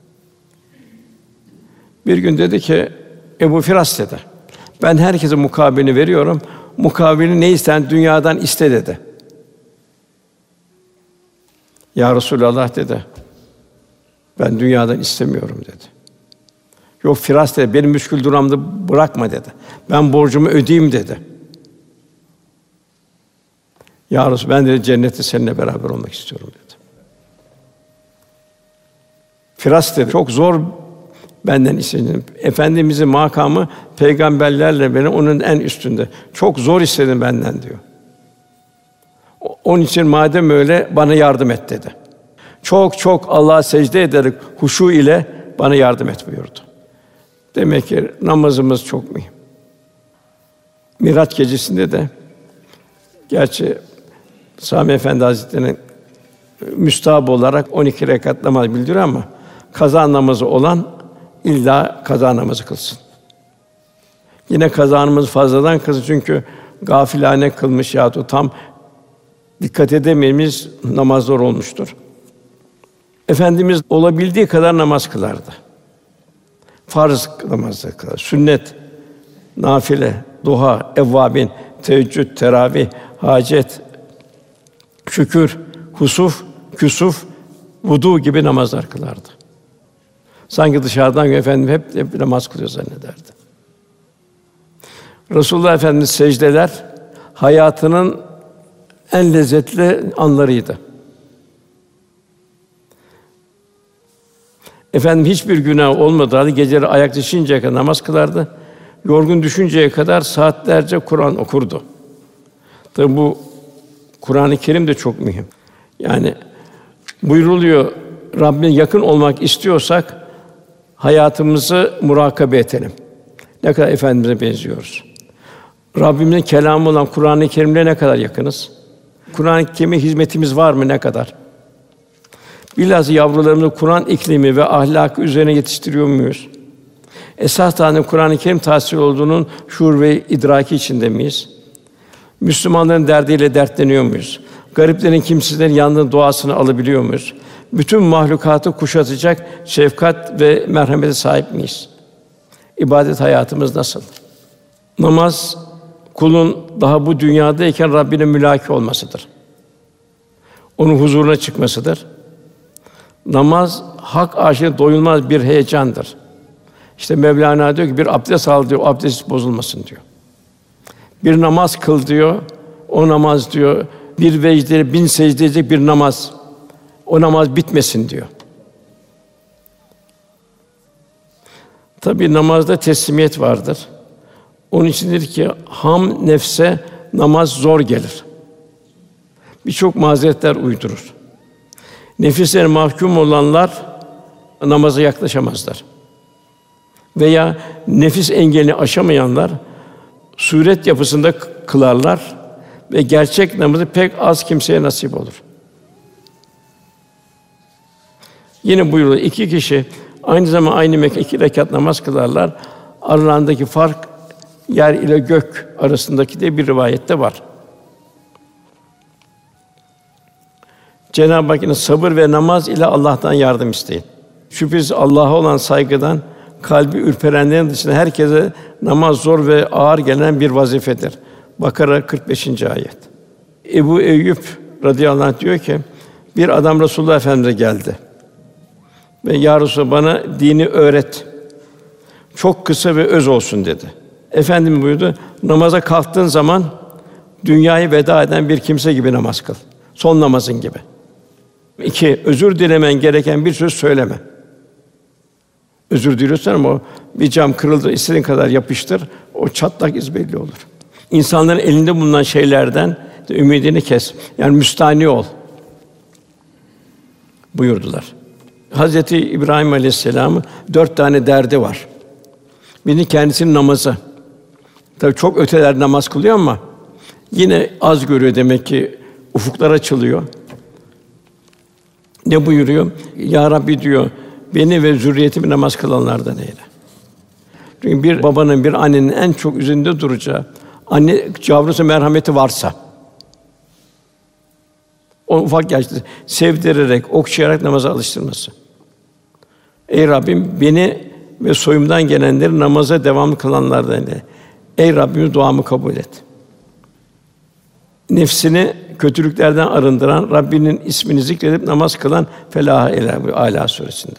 Bir gün dedi ki Ebu Firas dedi. Ben herkese mukabilini veriyorum. Mukabilini ne isten dünyadan iste dedi. Ya Resulallah dedi. Ben dünyadan istemiyorum dedi. Yok Firas dedi. Benim müşkül duramda bırakma dedi. Ben borcumu ödeyeyim dedi. Ya Resul ben de cennette seninle beraber olmak istiyorum dedi. Firas dedi. Çok zor benden istedim. Efendimizin makamı peygamberlerle beni onun en üstünde. Çok zor istedim benden diyor. Onun için madem öyle bana yardım et dedi. Çok çok Allah'a secde ederek huşu ile bana yardım et buyurdu. Demek ki namazımız çok mühim. Miraç gecesinde de gerçi Sami Efendi Hazretleri'nin müstahap olarak on iki rekat namaz bildiriyor ama kaza namazı olan illa kaza namazı kılsın. Yine kaza namazı fazladan kılsın çünkü gafilane kılmış ya da tam dikkat edemediğimiz namazlar olmuştur. Efendimiz olabildiği kadar namaz kılardı. Farz namazı kılar, sünnet, nafile, duha, evvabin, teheccüd, teravih, hacet, şükür, husuf, küsuf, vudu gibi namazlar kılardı. Sanki dışarıdan efendim hep, hep namaz kılıyor zannederdi. Resulullah Efendimiz secdeler hayatının en lezzetli anlarıydı. Efendim hiçbir günah olmadığı halde geceleri ayak düşünceye kadar namaz kılardı. yorgun düşünceye kadar saatlerce Kur'an okurdu. Tabi bu Kur'an-ı Kerim de çok mühim. Yani buyruluyor, Rabbine yakın olmak istiyorsak hayatımızı murakabe edelim. Ne kadar Efendimiz'e benziyoruz. Rabbimizin kelamı olan Kur'an-ı Kerim'le ne kadar yakınız? Kur'an-ı Kerim'e hizmetimiz var mı, ne kadar? Bilhassa yavrularımızı Kur'an iklimi ve ahlakı üzerine yetiştiriyor muyuz? Esas tane Kur'an-ı Kerim tahsil olduğunun şuur ve idraki içinde miyiz? Müslümanların derdiyle dertleniyor muyuz? Gariplerin, kimsizlerin yanında duasını alabiliyor muyuz? Bütün mahlukatı kuşatacak şefkat ve merhamete sahip miyiz? İbadet hayatımız nasıl? Namaz, kulun daha bu dünyadayken Rabbine mülaki olmasıdır. Onun huzuruna çıkmasıdır. Namaz, hak aşkına doyulmaz bir heyecandır. İşte Mevlana diyor ki, bir abdest al diyor, o abdest bozulmasın diyor. Bir namaz kıl diyor, o namaz diyor, bir vecde, bin secde edecek bir namaz, o namaz bitmesin diyor. Tabii namazda teslimiyet vardır. Onun içindir ki ham nefse namaz zor gelir. Birçok mazeretler uydurur. Nefislerine mahkum olanlar namaza yaklaşamazlar. Veya nefis engelini aşamayanlar suret yapısında kılarlar ve gerçek namazı pek az kimseye nasip olur. Yine buyuruyor, iki kişi aynı zaman aynı mekan iki rekat namaz kılarlar. Aralarındaki fark yer ile gök arasındaki diye bir rivayette var. Cenab-ı Hakk'ın sabır ve namaz ile Allah'tan yardım isteyin. Şüphesiz Allah'a olan saygıdan kalbi ürperenlerin dışında herkese namaz zor ve ağır gelen bir vazifedir. Bakara kırk beşinci ayet. Ebu Eyyub radıyallahu anh diyor ki, bir adam Resulullah Efendimiz'e geldi ve ya Resulallah bana dini öğret. Çok kısa ve öz olsun dedi. Efendimiz buyurdu, namaza kalktığın zaman dünyaya veda eden bir kimse gibi namaz kıl. Son namazın gibi. İki, özür dilemen gereken bir söz söyleme. Özür diliyorsan ama o bir cam kırıldı, istediğin kadar yapıştır, o çatlak iz belli olur. İnsanların elinde bulunan şeylerden ümidini kes. Yani müstahni ol buyurdular. Hazreti İbrahim Aleyhisselam'ın dört tane derdi var. Biri kendisinin namazı. Tabii çok öteler namaz kılıyor ama yine az görüyor demek ki, ufuklar açılıyor. Ne buyuruyor? Ya Rabbi diyor, beni ve zürriyetimi namaz kılanlardan eyle. Çünkü bir babanın, bir annenin en çok üzerinde duracağı, anne yavrusu merhameti varsa, o ufak yaşta sevdirerek, okşayarak namaza alıştırması. Ey Rabbim, beni ve soyumdan gelenleri namaza devamlı kılanlardan eyle. Ey Rabbim, duamı kabul et. Nefsini kötülüklerden arındıran, Rabbinin ismini zikredip namaz kılan felaha erer. Âlâ suresinde.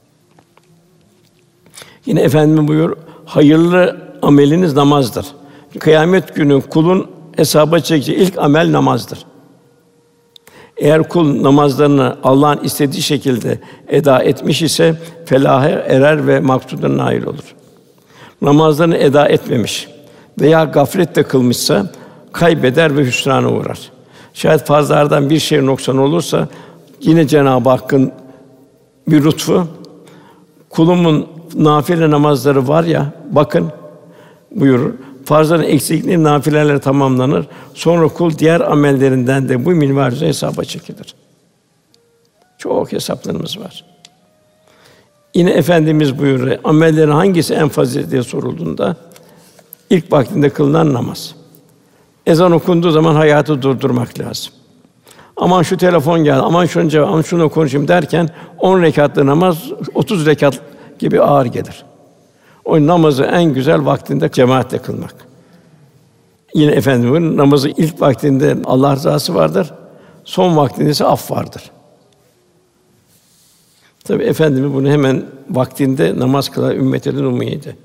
Yine Efendimiz buyuruyor, hayırlı ameliniz namazdır. Kıyamet günü kulun hesaba çekeceği ilk amel namazdır. Eğer kul namazlarını Allah'ın istediği şekilde eda etmiş ise felaha erer ve maksuduna nail olur. Namazlarını eda etmemiş veya gafletle kılmışsa kaybeder ve hüsrana uğrar. Şayet farzlardan bir şey noksan olursa yine Cenab-ı Hakk'ın bir lütfu, kulumun nafile namazları var ya, bakın buyurur. Farzların eksikliği nafilelerle tamamlanır. Sonra kul diğer amellerinden de bu minvalde hesaba çekilir. Çok hesaplarımız var. Yine Efendimiz buyuruyor, amellerin hangisi en faziletli diye sorulduğunda ilk vaktinde kılınan namaz. Ezan okunduğu zaman hayatı durdurmak lazım. Aman şu telefon geldi, aman şunu cevap, aman şunu konuşayım derken on rekatlı namaz otuz rekat gibi ağır gelir. O namazı en güzel vaktinde cemaatle kılmak. Yine Efendimiz'in namazı ilk vaktinde Allah rızası vardır, son vaktinde ise af vardır. Tabii Efendimiz bunu hemen vaktinde namaz kılan ümmetinin umuydu.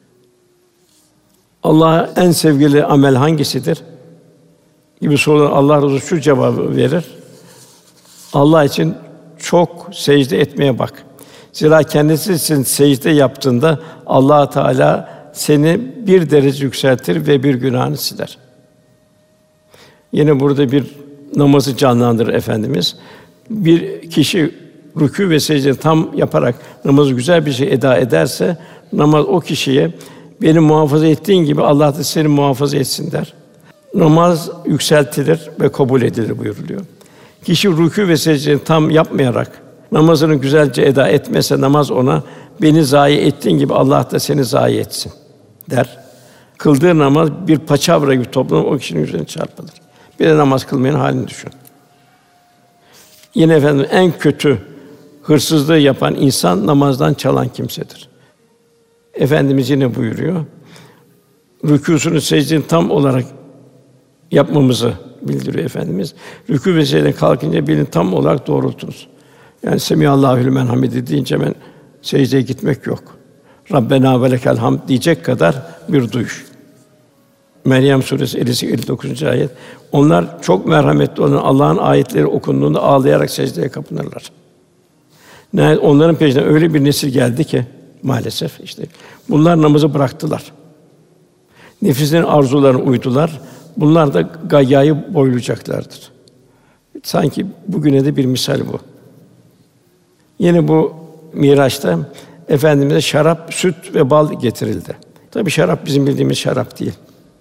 Allah'a en sevgili amel hangisidir gibi sorular Allah Resulü şu cevabı verir. Allah için çok secde etmeye bak. Zira kendisi için secde yaptığında Allah Teala seni bir derece yükseltir ve bir günahını siler. Yine burada bir namazı canlandırır Efendimiz. Bir kişi rükû ve secde tam yaparak namazı güzel bir şey eda ederse, namaz o kişiye beni muhafaza ettiğin gibi Allah da seni muhafaza etsin der. Namaz yükseltilir ve kabul edilir buyuruluyor. Kişi rükû ve secdeyi tam yapmayarak namazını güzelce eda etmese, namaz ona beni zayi ettiğin gibi Allah da seni zayi etsin der. Kıldığı namaz bir paçavra gibi toplanıp o kişinin üzerine çarpılır. Bir de namaz kılmayanın halini düşün. Yine efendim en kötü hırsızlığı yapan insan namazdan çalan kimsedir. Efendimiz yine buyuruyor. Rükûsunu, secdesini tam olarak yapmamızı bildiriyor Efendimiz. Rükû ve secdeden kalkınca belini tam olarak doğrultunuz. Yani Semîhallâhu limen hamide deyince hemen secdeye gitmek yok. Rabbena ve lekel hamd diyecek kadar bir duyuş. Meryem suresi elli dokuzuncu ayet. Onlar çok merhametli olan Allah'ın ayetleri okunduğunda ağlayarak secdeye kapanırlar. Yani onların peşinden öyle bir nesil geldi ki maalesef işte bunlar namazı bıraktılar. Nefislerin arzularına uydular. Bunlar da gayyayı boylayacaklardır. Sanki bugüne de bir misal bu. Yine bu Miraç'ta Efendimiz'e şarap, süt ve bal getirildi. Tabii şarap bizim bildiğimiz şarap değil.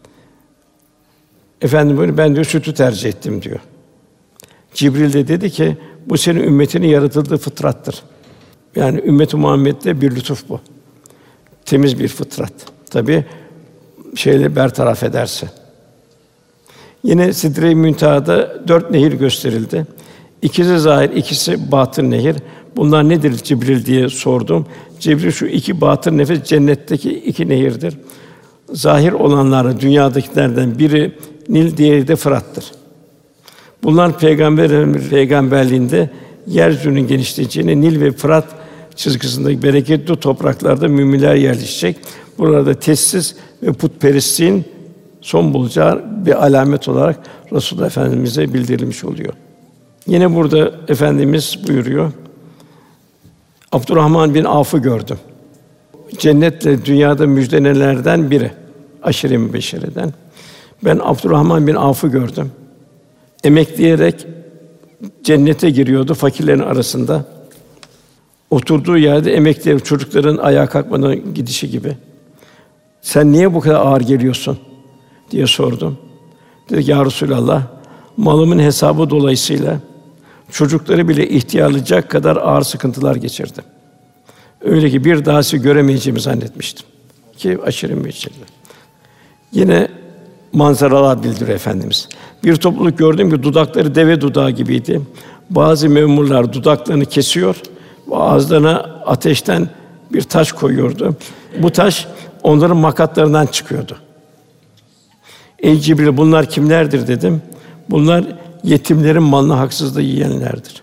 Efendim böyle ben diyor sütü tercih ettim diyor. Cibril de dedi ki bu senin ümmetinin yaratıldığı fıtrattır. Yani ümmet-i Muhammed'de bir lütuf bu. Temiz bir fıtrat. Tabii şeyle bertaraf ederse. Yine Sidre-i Münteha'da dört nehir gösterildi. İkisi zahir, ikisi batın nehir. Bunlar nedir Cibril diye sordum. Cibril şu iki batın nefes cennetteki iki nehirdir. Zahir olanlar dünyadakilerden biri Nil, diğeri de Fırat'tır. Bunlar peygamber peygamberliğinde yeryüzünün genişleyeceğini, Nil ve Fırat çizgisindeki bereketli topraklarda müminler yerleşecek. Burada tesis ve putperestliğin son bulacağı bir alamet olarak Resulullah Efendimize bildirilmiş oluyor. Yine burada Efendimiz buyuruyor. Abdurrahman bin Avf'ı gördüm. Cennetle dünyada müjdenelerden biri. Aşire-i mübeşşereden. Ben Abdurrahman bin Avf'ı gördüm. Emekleyerek cennete giriyordu fakirlerin arasında. Oturduğu yerde emekleyerek çocukların ayağa kalkmadan gidişi gibi. Sen niye bu kadar ağır geliyorsun diye sordum. Dedi ki, ya Resulallah, malımın hesabı dolayısıyla çocukları bile ihtiyarlayacak kadar ağır sıkıntılar geçirdim. Öyle ki bir daha sizi göremeyeceğimi zannetmiştim. Ki aşırı müessirdi. Yine manzaralar bildiriyor Efendimiz. Bir topluluk gördüm ki dudakları deve dudağı gibiydi. Bazı memurlar dudaklarını kesiyor, ağızlarına ateşten bir taş koyuyordu. Bu taş onların makatlarından çıkıyordu. Ey Cibril, bunlar kimlerdir dedim. Bunlar yetimlerin malını haksızlığı yiyenlerdir.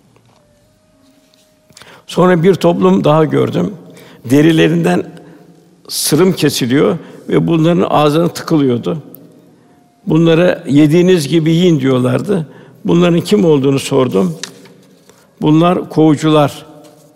Sonra bir toplum daha gördüm. Derilerinden sırım kesiliyor ve bunların ağzına tıkılıyordu. Bunlara yediğiniz gibi yiyin diyorlardı. Bunların kim olduğunu sordum. Bunlar kovucular,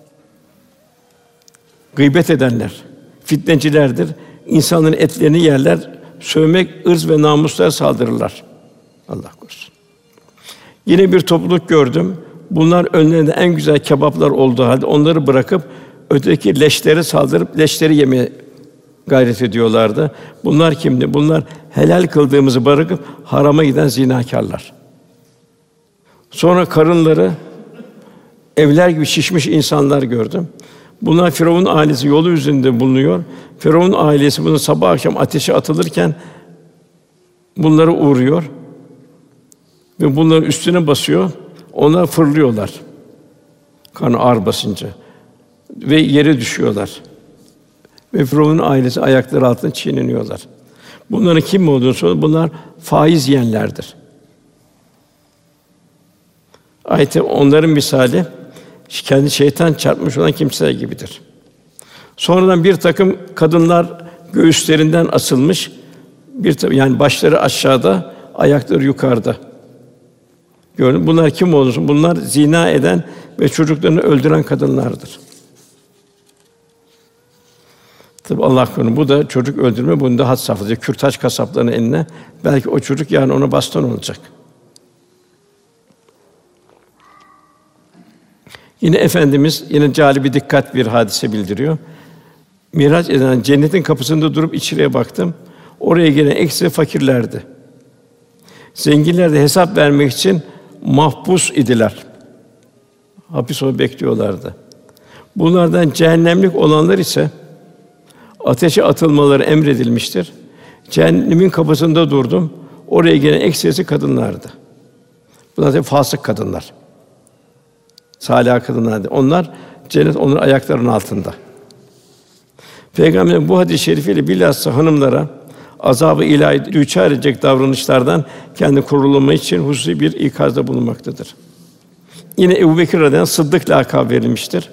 gıybet edenler, fitnecilerdir. İnsanların etlerini yerler, sövmek, ırz ve namuslara saldırırlar. Allah korusun. Yine bir topluluk gördüm. Bunlar önlerinde en güzel kebaplar olduğu halde onları bırakıp öteki leşlere saldırıp leşleri yemeye gayret ediyorlardı. Bunlar kimdi? Bunlar helal kıldığımızı bırakıp harama giden zinakârlar. Sonra karınları evler gibi şişmiş insanlar gördüm. Bunlar Firavun ailesi yolu üzerinde bulunuyor. Firavun ailesi bunu sabah akşam ateşe atılırken bunları uğruyor ve bunların üstüne basıyor. Onlar fırlıyorlar. Karnı ağır basınca ve yere düşüyorlar. Ve Firavun'un ailesi ayakları altında çiğneniyorlar. Bunların kim olduğunu soruyor. Bunlar faiz yiyenlerdir. Ayette onların misali kendi şeytan çarpmış olan kimseler gibidir. Sonradan bir takım kadınlar göğüslerinden asılmış, bir yani başları aşağıda, ayakları yukarıda. Gördün, bunlar kim olursun? Bunlar zina eden ve çocuklarını öldüren kadınlardır. Tabii Allah korusun, bu da çocuk öldürme, bunu da had safhada. Kürtaj kasaplarının eline, belki o çocuk yarın ona baston olacak. Yine Efendimiz yine cali bir dikkat bir hadise bildiriyor. Miraç edilen cennetin kapısında durup içeriye baktım. Oraya gelen eksi fakirlerdi. Zenginler de hesap vermek için mahpus idiler. Hapis olup bekliyorlardı. Bunlardan cehennemlik olanlar ise ateşe atılmaları emredilmiştir. Cehennemin kapısında durdum. Oraya gelen eksisi kadınlardı. Bunlar da fasık kadınlar. Salih kadınlardı. Onlar cennet onların ayaklarının altında. Peygamberin bu hadis-i şerifiyle bilhassa hanımlara azabı ilahi düçar edecek davranışlardan kendi korunma için hususi bir ikazda bulunmaktadır. Yine Ebubekir radıyallahu anh Sıddık lakabı verilmiştir.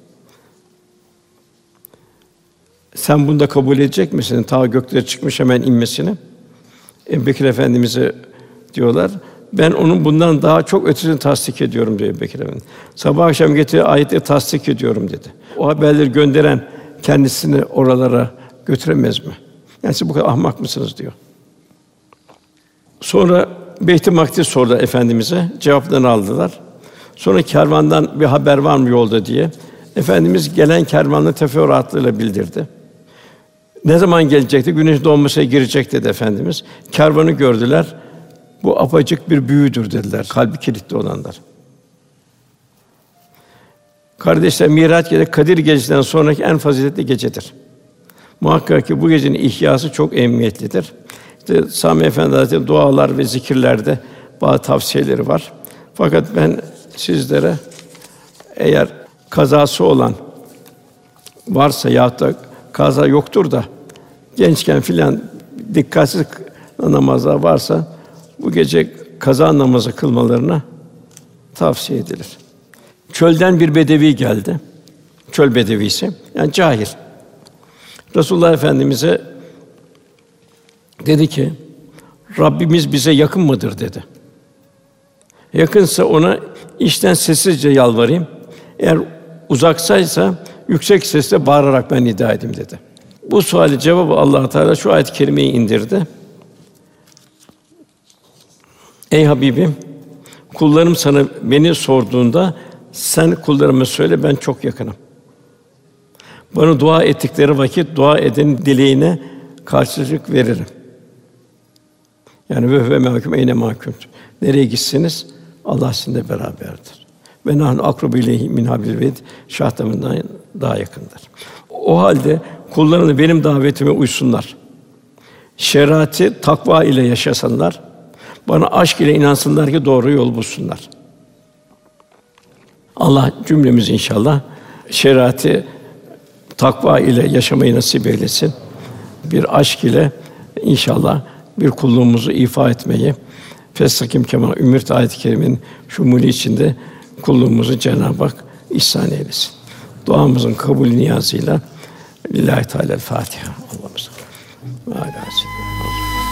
Sen bunu da kabul edecek misin? Ta göklere çıkmış hemen inmesini. Ebubekir Efendimiz'e diyorlar. Ben onun bundan daha çok ötesini tasdik ediyorum diyor Ebubekir Efendimiz. Sabah akşam getirdiği ayetleri tasdik ediyorum dedi. O haberleri gönderen kendisini oralara götüremez mi? Yani siz bu kadar ahmak mısınız diyor. Sonra Beyt-i Makdis sordu Efendimiz'e, cevaplarını aldılar. Sonra kervandan bir haber var mı yolda diye. Efendimiz gelen kervanı teferruatıyla bildirdi. Ne zaman gelecekti? Güneş doğmasına girecek dedi Efendimiz. Kervanı gördüler. Bu apacık bir büyüdür dediler. Kalbi kilitli olanlar. Kardeşler, Miraç gecesi Kadir Gecesi'nden sonraki en faziletli gecedir. Muhakkak ki bu gecenin ihyası çok ehemmiyetlidir. İşte Sami Efendi Hazretleri dualar ve zikirlerde bazı tavsiyeleri var. Fakat ben sizlere eğer kazası olan varsa yahut da kaza yoktur da gençken filan dikkatsiz namazlar varsa bu gece kaza namazı kılmalarına tavsiye edilir. Çölden bir bedevi geldi. Çöl bedevisi, yani cahil. Resulullah Efendimize dedi ki, Rabbimiz bize yakın mıdır dedi. Yakınsa ona içten sessizce yalvarayım. Eğer uzaksaysa yüksek sesle bağırarak ben nida edeyim dedi. Bu suali cevabı Allah Teala şu ayet-i kerimeyi indirdi. Ey Habibim, kullarım sana beni sorduğunda sen kullarıma söyle, ben çok yakınım. Bana dua ettikleri vakit dua edenin dileğine karşılık veririm. Yani ve ve mahkum eyne mahkum. Nereye gitseniz Allah sizinle beraberdir. Ve nahnu akrabu ileyhi min hablil verid. Şah damarından daha yakındır. O halde kullarını benim davetime uysunlar. Şeriatı takva ile yaşasınlar. Bana aşk ile inansınlar ki doğru yol bulsunlar. Allah cümlemizi inşallah şeriatı takva ile yaşamayı nasip eylesin. Bir aşk ile inşallah bir kulluğumuzu ifa etmeyi, Festakim kema ümirt ayet-i kerimenin şumulü içinde kulluğumuzu Cenab-ı Hak ihsan eylesin. Duamızın kabul niyazıyla Lillahi Teala Fatiha. Allah'ımız ve alâ seyyidina.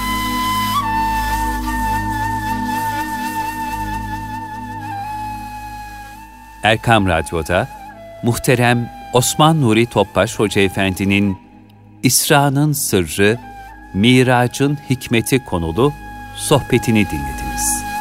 Erkam Radyo'da muhterem Osman Nuri Topbaş Hoca Efendi'nin İsra'nın Sırrı, Miracın Hikmeti konulu sohbetini dinlediniz.